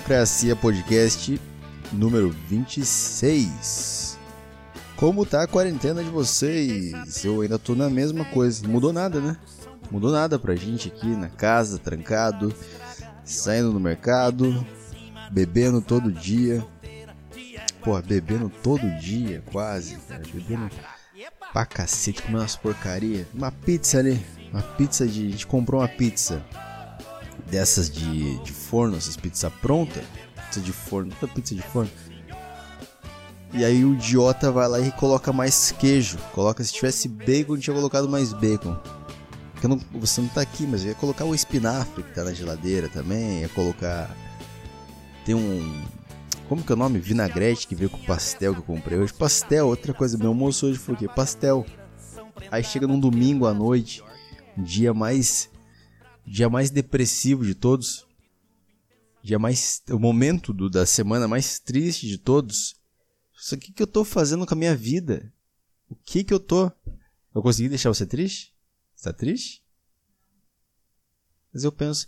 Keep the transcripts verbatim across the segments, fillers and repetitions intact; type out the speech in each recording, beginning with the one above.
Democracia Podcast número vinte e seis. Como tá a quarentena de vocês? Eu ainda tô na mesma coisa. Não mudou nada, né? Mudou nada pra gente aqui na casa, trancado, saindo no mercado, bebendo todo dia. Porra, bebendo todo dia, quase, cara. Bebendo pra cacete, comendo umas porcaria. Uma pizza ali, uma pizza de... A gente comprou uma pizza dessas de, de forno, essas pizzas prontas. Pizza de forno, toda pizza de forno. E aí o idiota vai lá e coloca mais queijo. Coloca, se tivesse bacon, tinha colocado mais bacon. Porque não, você não tá aqui, mas eu ia colocar o espinafre que tá na geladeira também. Ia colocar... Tem um... Como que é o nome? Vinagrete que veio com pastel que eu comprei hoje. Pastel, outra coisa. Meu almoço hoje foi o quê? Pastel. Aí chega num domingo à noite. Um dia mais... Dia mais depressivo de todos. Dia mais... O momento do, da semana mais triste de todos. Isso aqui que eu tô fazendo com a minha vida. O que que eu tô... Eu consegui deixar você triste? Você tá triste? Mas eu penso...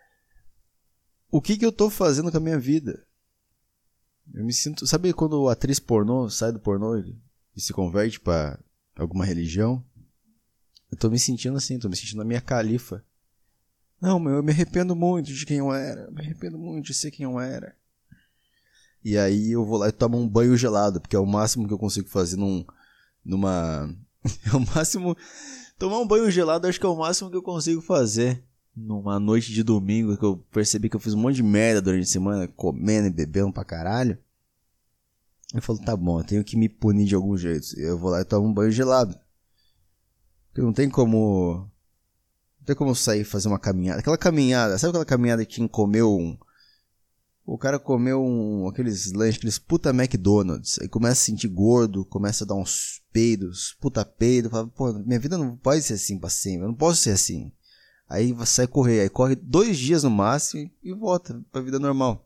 O que que eu tô fazendo com a minha vida? Eu me sinto... Sabe quando a atriz pornô sai do pornô e, e se converte pra alguma religião? Eu tô me sentindo assim, tô me sentindo a minha califa. Não, meu, eu me arrependo muito de quem eu era. Eu me arrependo muito de ser quem eu era. E aí eu vou lá e tomo um banho gelado, porque é o máximo que eu consigo fazer num... Numa... É o máximo... Tomar um banho gelado acho que é o máximo que eu consigo fazer numa noite de domingo, que eu percebi que eu fiz um monte de merda durante a semana, comendo e bebendo pra caralho. Eu falo, tá bom, eu tenho que me punir de algum jeito. Eu vou lá e tomo um banho gelado. Porque não tem como... Não tem como sair e fazer uma caminhada. Aquela caminhada, sabe aquela caminhada que quem comeu um... O cara comeu um, aqueles lanches, aqueles puta McDonald's. Aí começa a sentir gordo, começa a dar uns peidos, puta peido. Fala, pô, minha vida não pode ser assim pra sempre, eu não posso ser assim. Aí sai correr, aí corre dois dias no máximo e volta pra vida normal.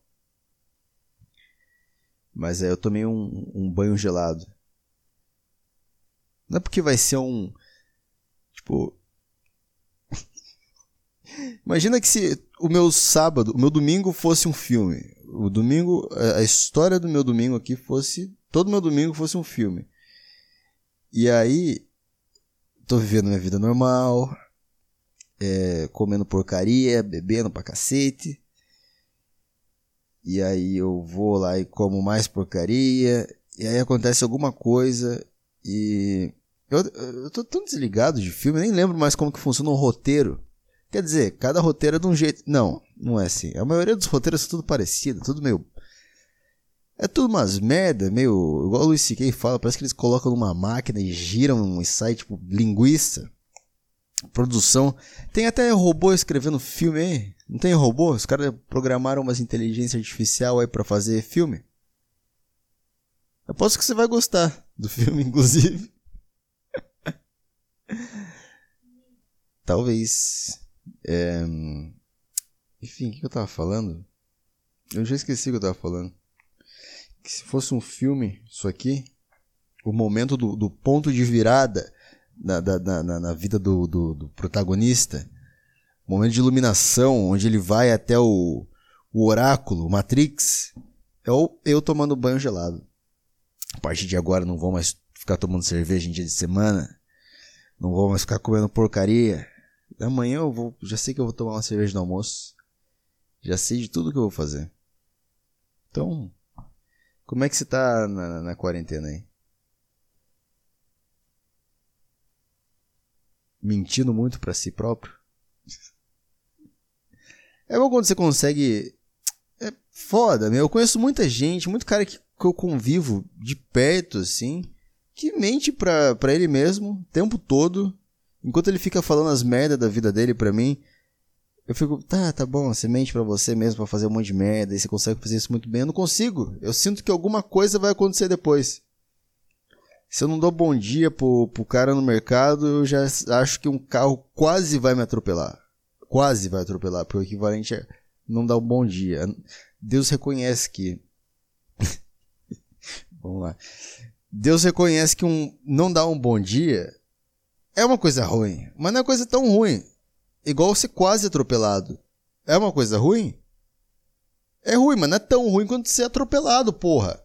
Mas aí eu tomei um, um banho gelado. Não é porque vai ser um... Tipo... Imagina que se o meu sábado, o meu domingo fosse um filme. O domingo, a história do meu domingo aqui fosse... Todo meu domingo fosse um filme. E aí, tô vivendo minha vida normal, é, comendo porcaria, bebendo pra cacete. E aí eu vou lá e como mais porcaria. E aí acontece alguma coisa e... Eu, eu tô tão desligado de filme, eu nem lembro mais como que funciona um roteiro. Quer dizer, cada roteiro é de um jeito... Não, não é assim. A maioria dos roteiros são tudo parecido, tudo meio... É tudo umas merda, meio... Igual o Luis C K fala, parece que eles colocam numa máquina e giram e sai, tipo, linguiça. Produção. Tem até robô escrevendo filme aí. Não tem robô? Os caras programaram umas inteligência artificial aí pra fazer filme. Eu aposto que você vai gostar do filme, inclusive. Talvez... É... Enfim, o que eu tava falando? Eu já esqueci o que eu tava falando. Que se fosse um filme, isso aqui, o momento do, do ponto de virada na, na, na, na vida do, do, do protagonista, o momento de iluminação, onde ele vai até o, o oráculo, o Matrix, é o, eu tomando banho gelado. A partir de agora não vou mais ficar tomando cerveja em dia de semana, não vou mais ficar comendo porcaria. Amanhã eu vou, já sei que eu vou tomar uma cerveja no almoço. Já sei de tudo que eu vou fazer. Então, como é que você tá na, na quarentena aí? Mentindo muito pra si próprio? É bom quando você consegue... É foda, meu. Eu conheço muita gente, muito cara que, que eu convivo de perto, assim, que mente pra, pra ele mesmo o tempo todo. Enquanto ele fica falando as merdas da vida dele pra mim, eu fico, tá, tá bom, você mente pra você mesmo pra fazer um monte de merda e você consegue fazer isso muito bem. Eu não consigo. Eu sinto que alguma coisa vai acontecer depois. Se eu não dou bom dia pro, pro cara no mercado, eu já acho que um carro quase vai me atropelar. Quase vai atropelar, porque o equivalente é não dar um bom dia. Deus reconhece que... Vamos lá. Deus reconhece que um não dar um bom dia... É uma coisa ruim, mas não é uma coisa tão ruim. Igual ser quase atropelado. É uma coisa ruim? É ruim, mas não é tão ruim quanto ser atropelado, porra.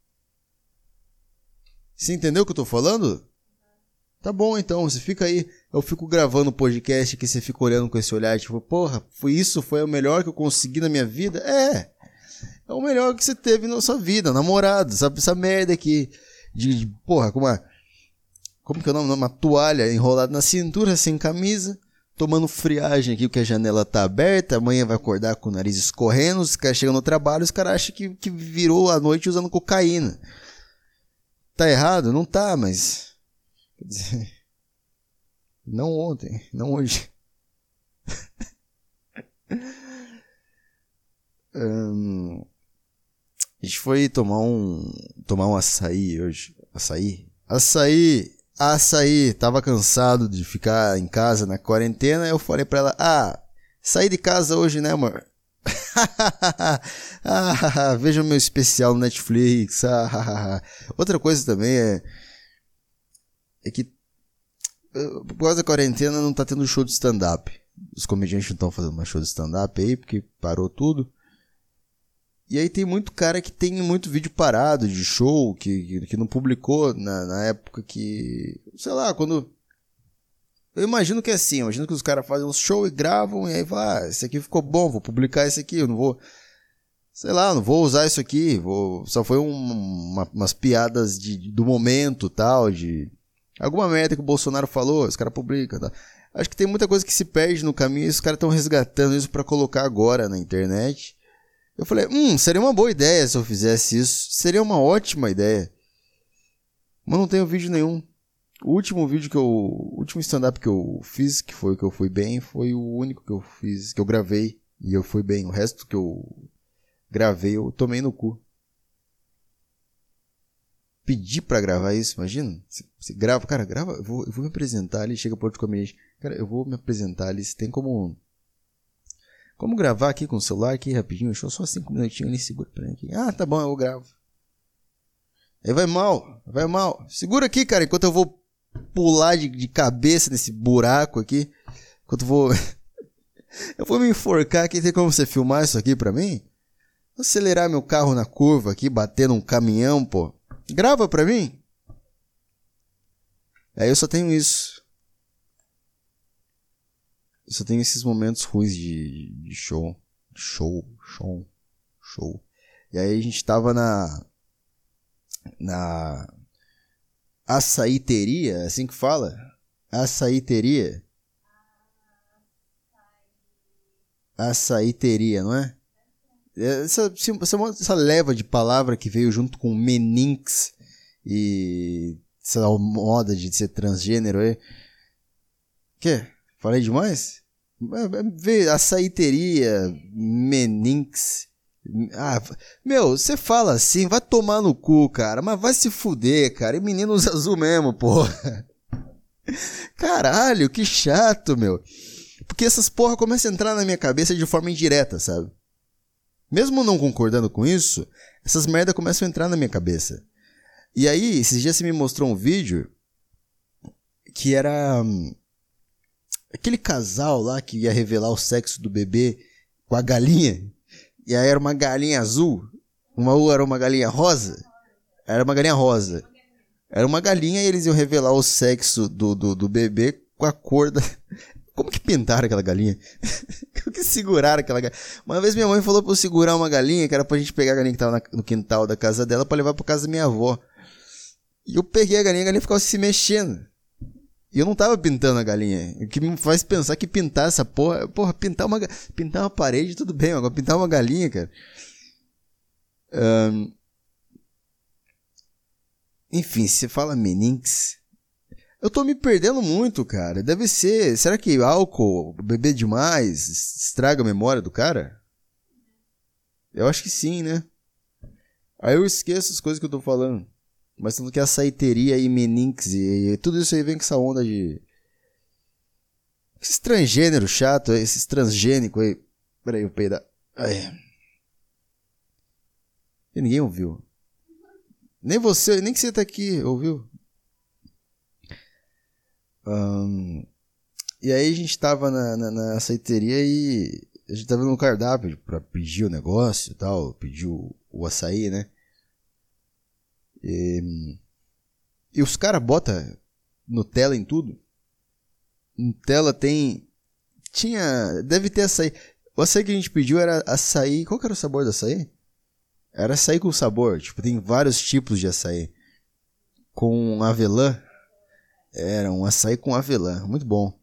Você entendeu o que eu tô falando? Tá bom, então, você fica aí, eu fico gravando podcast que você fica olhando com esse olhar, tipo, porra, foi isso, foi o melhor que eu consegui na minha vida? É, é o melhor que você teve na sua vida, namorado, sabe, essa merda aqui, de, de porra, com uma, como que é o nome, uma toalha enrolada na cintura, sem camisa, tomando friagem aqui, porque a janela tá aberta, amanhã vai acordar com o nariz escorrendo, os caras chegam no trabalho, os caras acham que, que virou a noite usando cocaína. Tá errado? Não tá, mas... Quer dizer, não ontem, não hoje. hum, a gente foi tomar um tomar um açaí hoje. Açaí? Açaí! Açaí! Tava cansado de ficar em casa na quarentena. Eu falei pra ela, ah, saí de casa hoje, né, amor? ah, veja o meu especial no Netflix. Outra coisa também é é que por causa da quarentena não tá tendo show de stand-up. Os comediantes não estão fazendo mais show de stand-up aí, porque parou tudo. E aí tem muito cara que tem muito vídeo parado de show, que, que, que não publicou na, na época que... Sei lá, quando... Eu imagino que é assim, eu imagino que os caras fazem um show e gravam, e aí vai, ah, esse aqui ficou bom, vou publicar esse aqui, eu não vou... Sei lá, não vou usar isso aqui, vou... só foi um, uma, umas piadas de, do momento, tal, de... Alguma merda que o Bolsonaro falou, os caras publicam, tá? Acho que tem muita coisa que se perde no caminho e os caras estão resgatando isso pra colocar agora na internet. Eu falei, hum, seria uma boa ideia se eu fizesse isso. Seria uma ótima ideia. Mas não tenho vídeo nenhum. O último vídeo que eu... O último stand-up que eu fiz, que foi o que eu fui bem, foi o único que eu fiz, que eu gravei. E eu fui bem. O resto que eu gravei, eu tomei no cu. Pedir pra gravar isso, imagina? Você, você grava, cara, grava, eu vou, eu vou me apresentar ali, chega pro outro comediante, cara, eu vou me apresentar ali, você tem como como gravar aqui com o celular aqui rapidinho, show só cinco minutinhos ali, segura pra mim aqui, ah, tá bom, eu gravo. Aí vai mal, vai mal, segura aqui, cara, enquanto eu vou pular de, de cabeça nesse buraco aqui, enquanto eu vou eu vou me enforcar aqui, tem como você filmar isso aqui pra mim? Vou acelerar meu carro na curva aqui, bater num caminhão, pô. Grava pra mim. Aí eu só tenho isso. Eu só tenho esses momentos ruins de, de show. Show, show, show. E aí a gente tava na... Na... Açaiteria, assim que fala? Açaiteria. Açaiteria, não é? Essa, essa, essa leva de palavra que veio junto com meninx e essa moda de ser transgênero aí. Quê? Falei demais? Veio açaiteria, meninx. Ah, meu, você fala assim, vai tomar no cu, cara. Mas vai se fuder, cara. E meninos azul mesmo, porra. Caralho, que chato, meu. Porque essas porra começam a entrar na minha cabeça de forma indireta, sabe? Mesmo não concordando com isso, essas merdas começam a entrar na minha cabeça. E aí, esses dias você me mostrou um vídeo que era hum, aquele casal lá que ia revelar o sexo do bebê com a galinha. E aí era uma galinha azul, uma era uma galinha rosa. Era uma galinha rosa. Era uma galinha e eles iam revelar o sexo do, do, do bebê com a cor da... Como que pintaram aquela galinha? Como que seguraram aquela galinha? Uma vez minha mãe falou pra eu segurar uma galinha, que era pra gente pegar a galinha que tava na, no quintal da casa dela pra levar pra casa da minha avó. E eu peguei a galinha, a galinha ficava se mexendo. E eu não tava pintando a galinha. O que me faz pensar que pintar essa porra... Porra, pintar uma, pintar uma parede, tudo bem. Agora pintar uma galinha, cara... Um, enfim, se você fala meninx... Eu tô me perdendo muito, cara. Deve ser... Será que álcool, beber demais, estraga a memória do cara? Eu acho que sim, né? Aí eu esqueço as coisas que eu tô falando. Mas tudo que é açaiteria e meninx e, e tudo isso aí vem com essa onda de... Esse transgênero chato, esse transgênico aí. Pera aí, eu peidar. Ai. E ninguém ouviu. Nem você, nem que você tá aqui, ouviu? Um, e aí a gente tava na, na, na açaiteria e a gente tava no cardápio pra pedir o negócio e tal, pedir o, o açaí, né? E, e os caras botam Nutella em tudo. Nutella tem... Tinha... Deve ter açaí. O açaí que a gente pediu era açaí... Qual que era o sabor do açaí? Era açaí com sabor. Tipo, tem vários tipos de açaí. Com avelã. Era um açaí com avelã. Muito bom.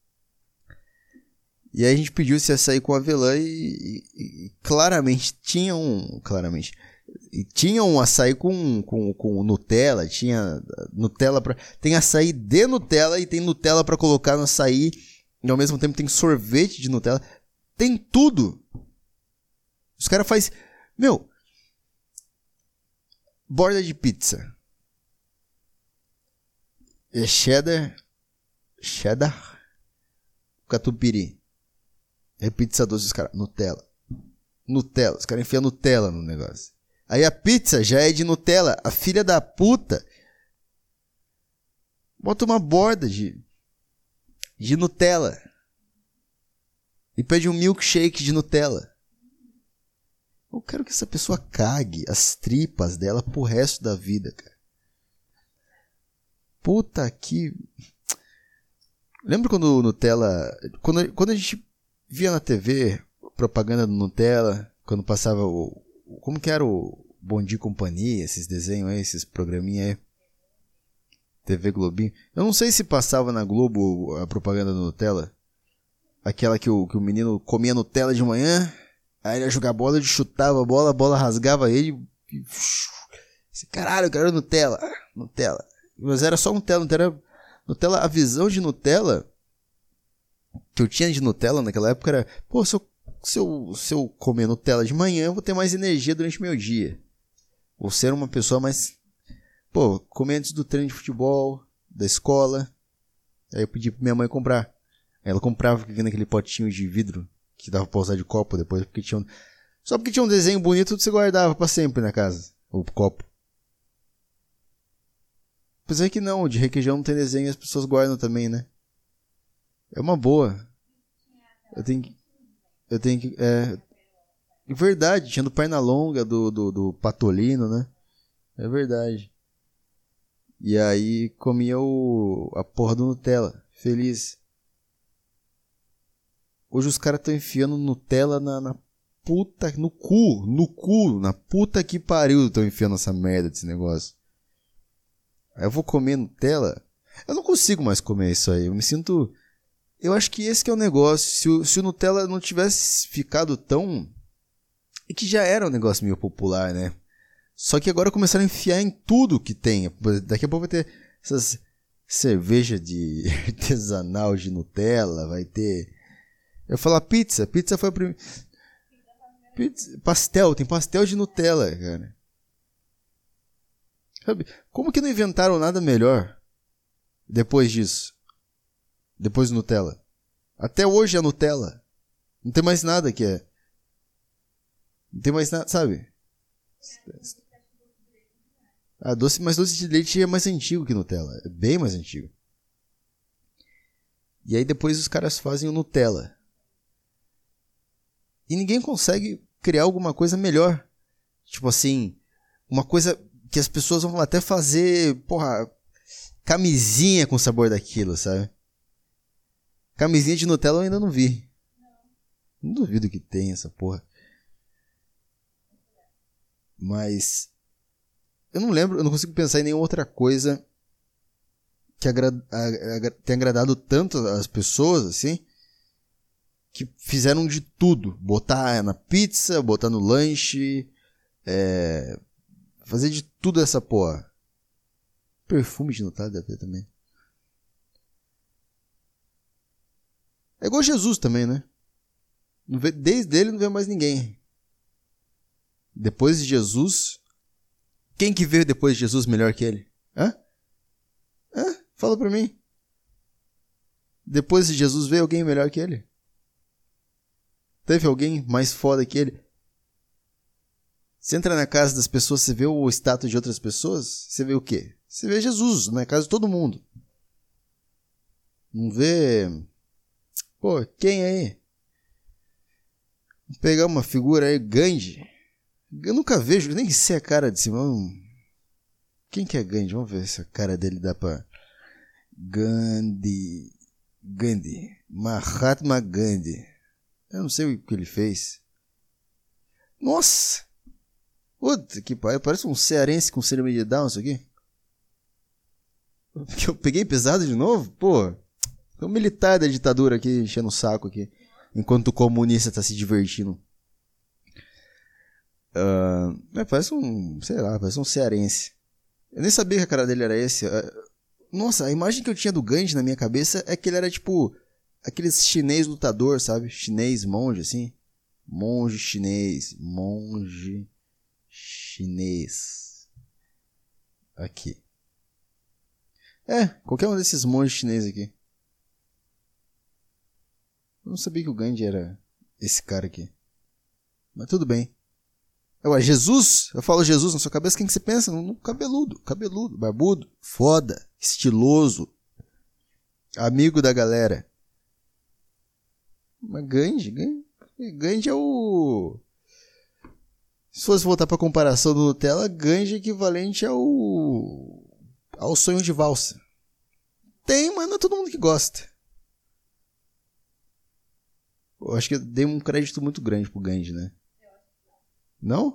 E aí a gente pediu esse açaí com avelã e, e, e claramente tinha um... Claramente... E tinha um açaí com, com, com Nutella, tinha Nutella pra... Tem açaí de Nutella e tem Nutella pra colocar no açaí. E ao mesmo tempo tem sorvete de Nutella. Tem tudo. Os caras fazem... Meu... Borda de pizza. É cheddar... Cheddar... Catupiry. É pizza doce dos caras. Nutella. Nutella. Os caras enfiam Nutella no negócio. Aí a pizza já é de Nutella. A filha da puta bota uma borda de, de Nutella. E pede um milkshake de Nutella. Eu quero que essa pessoa cague as tripas dela pro resto da vida, cara. Puta que... Lembra quando o Nutella... Quando, quando a gente via na T V propaganda do Nutella, quando passava o... Como que era o Bom Dia e Companhia, esses desenhos aí, esses programinha aí? T V Globinho. Eu não sei se passava na Globo a propaganda do Nutella. Aquela que o, que o menino comia Nutella de manhã, aí ele ia jogar bola, ele chutava a bola, a bola rasgava ele e... Caralho, eu quero Nutella. Nutella. Mas era só Nutella, Nutella, Nutella. A visão de Nutella que eu tinha de Nutella naquela época era... Pô, se eu Se eu, se eu comer Nutella de manhã, eu vou ter mais energia durante o meu dia. Vou ser uma pessoa mais... Pô, comer antes do treino de futebol, da escola. Aí eu pedi pra minha mãe comprar. Aí ela comprava naquele potinho de vidro que dava pra usar de copo depois. Porque tinha um... Só porque tinha um desenho bonito, você guardava pra sempre na casa. O copo. Apesar que não, de requeijão não tem desenho e as pessoas guardam também, né? É uma boa. Eu tenho que... Eu tenho que... É... Verdade, tinha do Pernalonga, do, do, do Patolino, né? É verdade. E aí comia o, a porra do Nutella. Feliz. Hoje os caras estão enfiando Nutella na, na puta... No cu. No cu. Na puta que pariu estão enfiando essa merda desse negócio. Aí eu vou comer Nutella? Eu não consigo mais comer isso aí. Eu me sinto... Eu acho que esse que é o negócio. Se o, se o Nutella não tivesse ficado tão... E que já era um negócio meio popular, né? Só que agora começaram a enfiar em tudo que tem. Daqui a pouco vai ter essas cerveja de artesanal de Nutella. Vai ter... Eu falo pizza. Pizza foi a primeira... Pizza... Pastel. Tem pastel de Nutella, cara. Sabe? Como que não inventaram nada melhor depois disso? Depois do Nutella. Até hoje é Nutella. Não tem mais nada que é. Não tem mais nada, sabe? Ah, doce, mas doce de leite é mais antigo que Nutella. É bem mais antigo. E aí depois os caras fazem o Nutella. E ninguém consegue criar alguma coisa melhor. Tipo assim, uma coisa que as pessoas vão até fazer, porra, camisinha com o sabor daquilo, sabe? Camisinha de Nutella eu ainda não vi. Não, não duvido que tenha essa porra. Mas eu não lembro, eu não consigo pensar em nenhuma outra coisa que agra- a- a- tenha agradado tanto as pessoas, assim, que fizeram de tudo. Botar na pizza, botar no lanche, é, fazer de tudo essa porra. Perfume de Nutella deve ter também. É igual Jesus também, né? Não vê, desde ele não vê mais ninguém. Depois de Jesus... Quem que veio depois de Jesus melhor que ele? Hã? Hã? Fala pra mim. Depois de Jesus veio alguém melhor que ele? Teve alguém mais foda que ele? Você entra na casa das pessoas, você vê o status de outras pessoas, você vê o quê? Você vê Jesus na casa de todo mundo. Não vê... Pô, quem aí? Vou pegar uma figura aí, Gandhi. Eu nunca vejo, nem sei a cara de cima. Quem que é Gandhi? Vamos ver se a cara dele dá pra... Gandhi... Gandhi... Mahatma Gandhi. Eu não sei o que ele fez. Nossa! Puta que pariu, parece um cearense com síndrome de Down isso aqui. Eu peguei pesado de novo? Pô, é um militar da ditadura aqui enchendo o saco aqui. Enquanto o comunista tá se divertindo. Uh, é, parece um, sei lá, parece um cearense. Eu nem sabia que a cara dele era esse. Uh, nossa, a imagem que eu tinha do Gandhi na minha cabeça é que ele era tipo aqueles chinês lutador, sabe? Chinês monge, assim. Monge chinês. Monge chinês. Aqui. É, qualquer um desses monges chineses aqui. Eu não sabia que o Gandhi era esse cara aqui. Mas tudo bem. Ué, Jesus? Eu falo Jesus na sua cabeça, quem que você pensa? No cabeludo, cabeludo, barbudo, foda, estiloso, amigo da galera. Mas Gandhi, Gandhi, Gandhi é o... Se fosse voltar pra comparação do Nutella, Gandhi é equivalente ao... ao sonho de valsa. Tem, mas não é todo mundo que gosta. Eu acho que eu dei um crédito muito grande pro Gandhi, né? Não?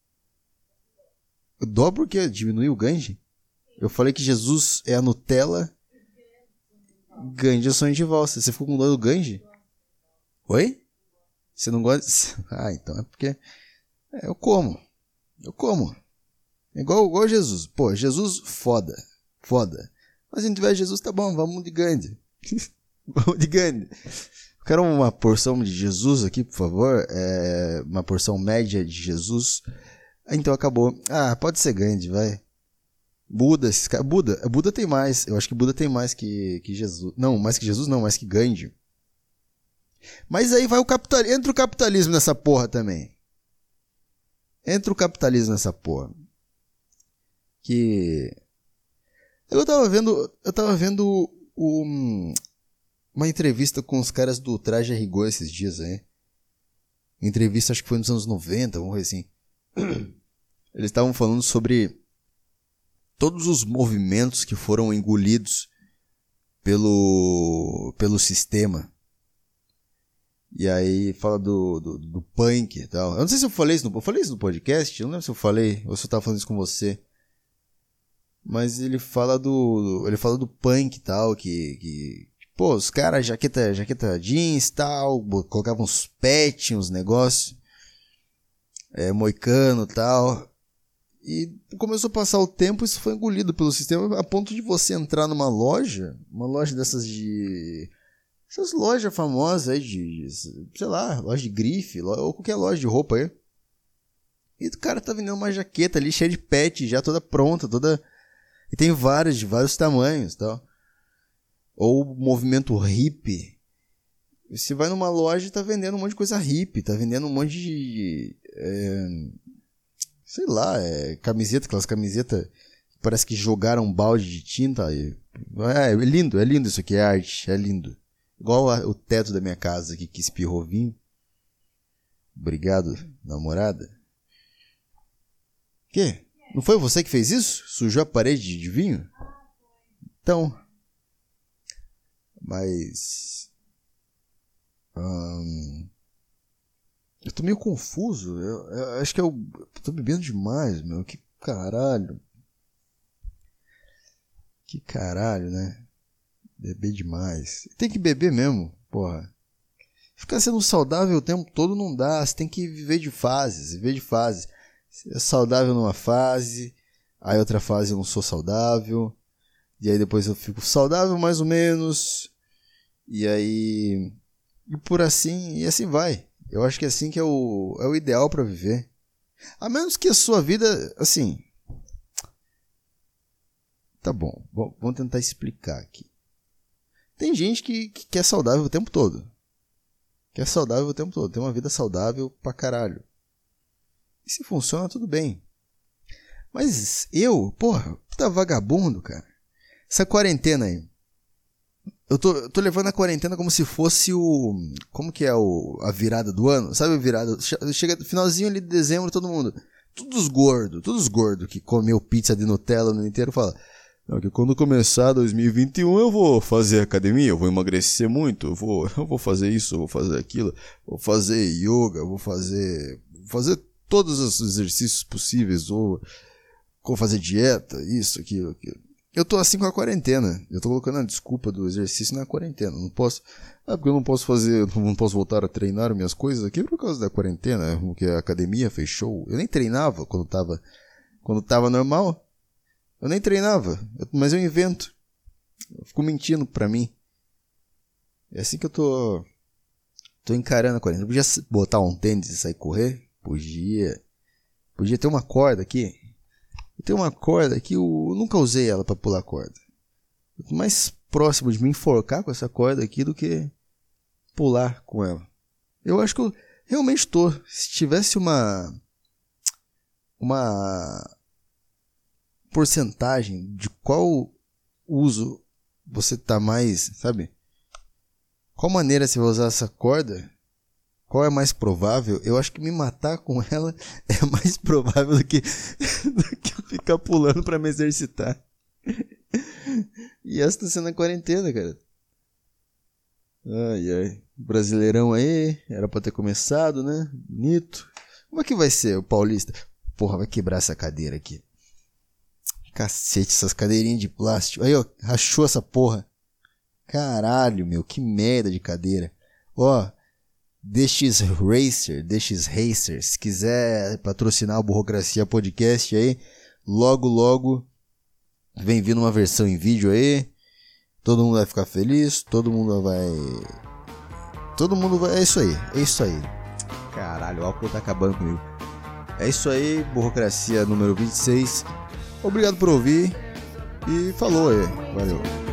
Dó porque diminuiu o Gandhi? Eu falei que Jesus é a Nutella. Gandhi é o sonho de valsa. Você ficou com dó do Gandhi? Oi? Você não gosta? Ah, então é porque... É, eu como. Eu como. É igual, igual Jesus. Pô, Jesus, foda. Foda. Mas se não tiver Jesus, tá bom, vamos de Gandhi. Vamos de Gandhi. Eu quero uma porção de Jesus aqui, por favor. É uma porção média de Jesus. Então acabou. Ah, pode ser Gandhi, vai. Buda, esses caras. Buda, Buda tem mais. Eu acho que Buda tem mais que, que Jesus. Não, mais que Jesus não, mais que Gandhi. Mas aí vai o capitalismo. Entra o capitalismo nessa porra também. Entra o capitalismo nessa porra. Que... Eu tava vendo... Eu tava vendo um, uma entrevista com os caras do Traje a Rigor esses dias aí. Entrevista acho que foi nos anos noventa, vamos ver assim. Eles estavam falando sobre todos os movimentos que foram engolidos pelo, pelo sistema. E aí fala do, do, do punk e tal. Eu não sei se eu falei isso no, eu falei isso no podcast, eu não lembro se eu falei ou se eu tava falando isso com você. Mas ele fala do, ele fala do punk e tal, que, que pô, os caras, jaqueta, jaqueta jeans e tal, colocavam uns pet, uns negócios, é, moicano e tal. E começou a passar o tempo, isso foi engolido pelo sistema, a ponto de você entrar numa loja, uma loja dessas de... Essas lojas famosas aí de, sei lá, loja de grife, ou qualquer loja de roupa aí. E o cara tá vendendo uma jaqueta ali cheia de pet, já toda pronta, toda... E tem várias, de vários tamanhos, tal. Ou movimento hippie. Você vai numa loja e tá vendendo um monte de coisa hippie, tá vendendo um monte de... É, sei lá, é, camiseta, aquelas camisetas que parece que jogaram um balde de tinta. E, é, é lindo, é lindo isso aqui, é arte, é lindo. Igual a, o teto da minha casa aqui que espirrou vinho. Obrigado, namorada. Quê? Não foi você que fez isso? Sujou a parede de vinho? Então. Mas... Hum, eu tô meio confuso. Eu, eu acho que eu, eu tô bebendo demais, meu. Que caralho. Que caralho, né? Beber demais. Tem que beber mesmo, porra. Ficar sendo saudável o tempo todo não dá. Você tem que viver de fases. Viver de fases. Você é saudável numa fase. Aí outra fase eu não sou saudável. E aí depois eu fico saudável mais ou menos. E aí... E por assim... E assim vai. Eu acho que é assim que é o, é o ideal pra viver. A menos que a sua vida... Assim... Tá bom. Vamos tentar explicar aqui. Tem gente que, que quer saudável o tempo todo. Quer saudável o tempo todo. Tem uma vida saudável pra caralho. E se funciona, tudo bem. Mas eu, porra, puta vagabundo, cara. Essa quarentena aí. Eu tô, eu tô levando a quarentena como se fosse o... Como que é o, a virada do ano? Sabe a virada? Chega no finalzinho ali de dezembro, todo mundo... Todos gordos, todos gordos que comeu pizza de Nutella no inteiro fala... Não, que quando começar dois mil e vinte e um eu vou fazer academia, eu vou emagrecer muito, eu vou, eu vou fazer isso, eu vou fazer aquilo, vou fazer yoga, vou fazer... Vou fazer todos os exercícios possíveis, ou vou fazer dieta, isso, aquilo, aquilo. Eu tô assim com a quarentena. Eu tô colocando a desculpa do exercício na quarentena. Não posso. Ah, porque eu não posso fazer. Não posso voltar a treinar minhas coisas aqui por causa da quarentena. Porque a academia fechou. Eu nem treinava quando tava. Quando tava normal. Eu nem treinava. Mas eu invento. Eu fico mentindo pra mim. É assim que eu tô. Tô encarando a quarentena. Eu podia botar um tênis e sair correr? Podia. Podia ter uma corda aqui. Eu tenho uma corda que eu nunca usei ela pra pular corda. Eu tô mais próximo de me enforcar com essa corda aqui do que pular com ela. Eu acho que eu realmente tô. Se tivesse uma uma porcentagem de qual uso você tá mais, sabe? Qual maneira você vai usar essa corda? Qual é mais provável? Eu acho que me matar com ela é mais provável do que, do que eu ficar pulando pra me exercitar. E essa tá sendo a quarentena, cara. Ai, ai. Brasileirão aí, era pra ter começado, né? Bonito. Como é que vai ser o Paulista? Porra, vai quebrar essa cadeira aqui. Cacete, essas cadeirinhas de plástico. Aí, ó, rachou essa porra. Caralho, meu, que merda de cadeira. Ó... D X Racer, D X Racer, se quiser patrocinar o Burrocracia Podcast aí, logo logo vem vindo uma versão em vídeo aí, todo mundo vai ficar feliz, todo mundo vai, todo mundo vai, é isso aí, é isso aí, caralho, o álcool tá acabando comigo, é isso aí, Burrocracia número vinte e seis, obrigado por ouvir e falou aí, valeu.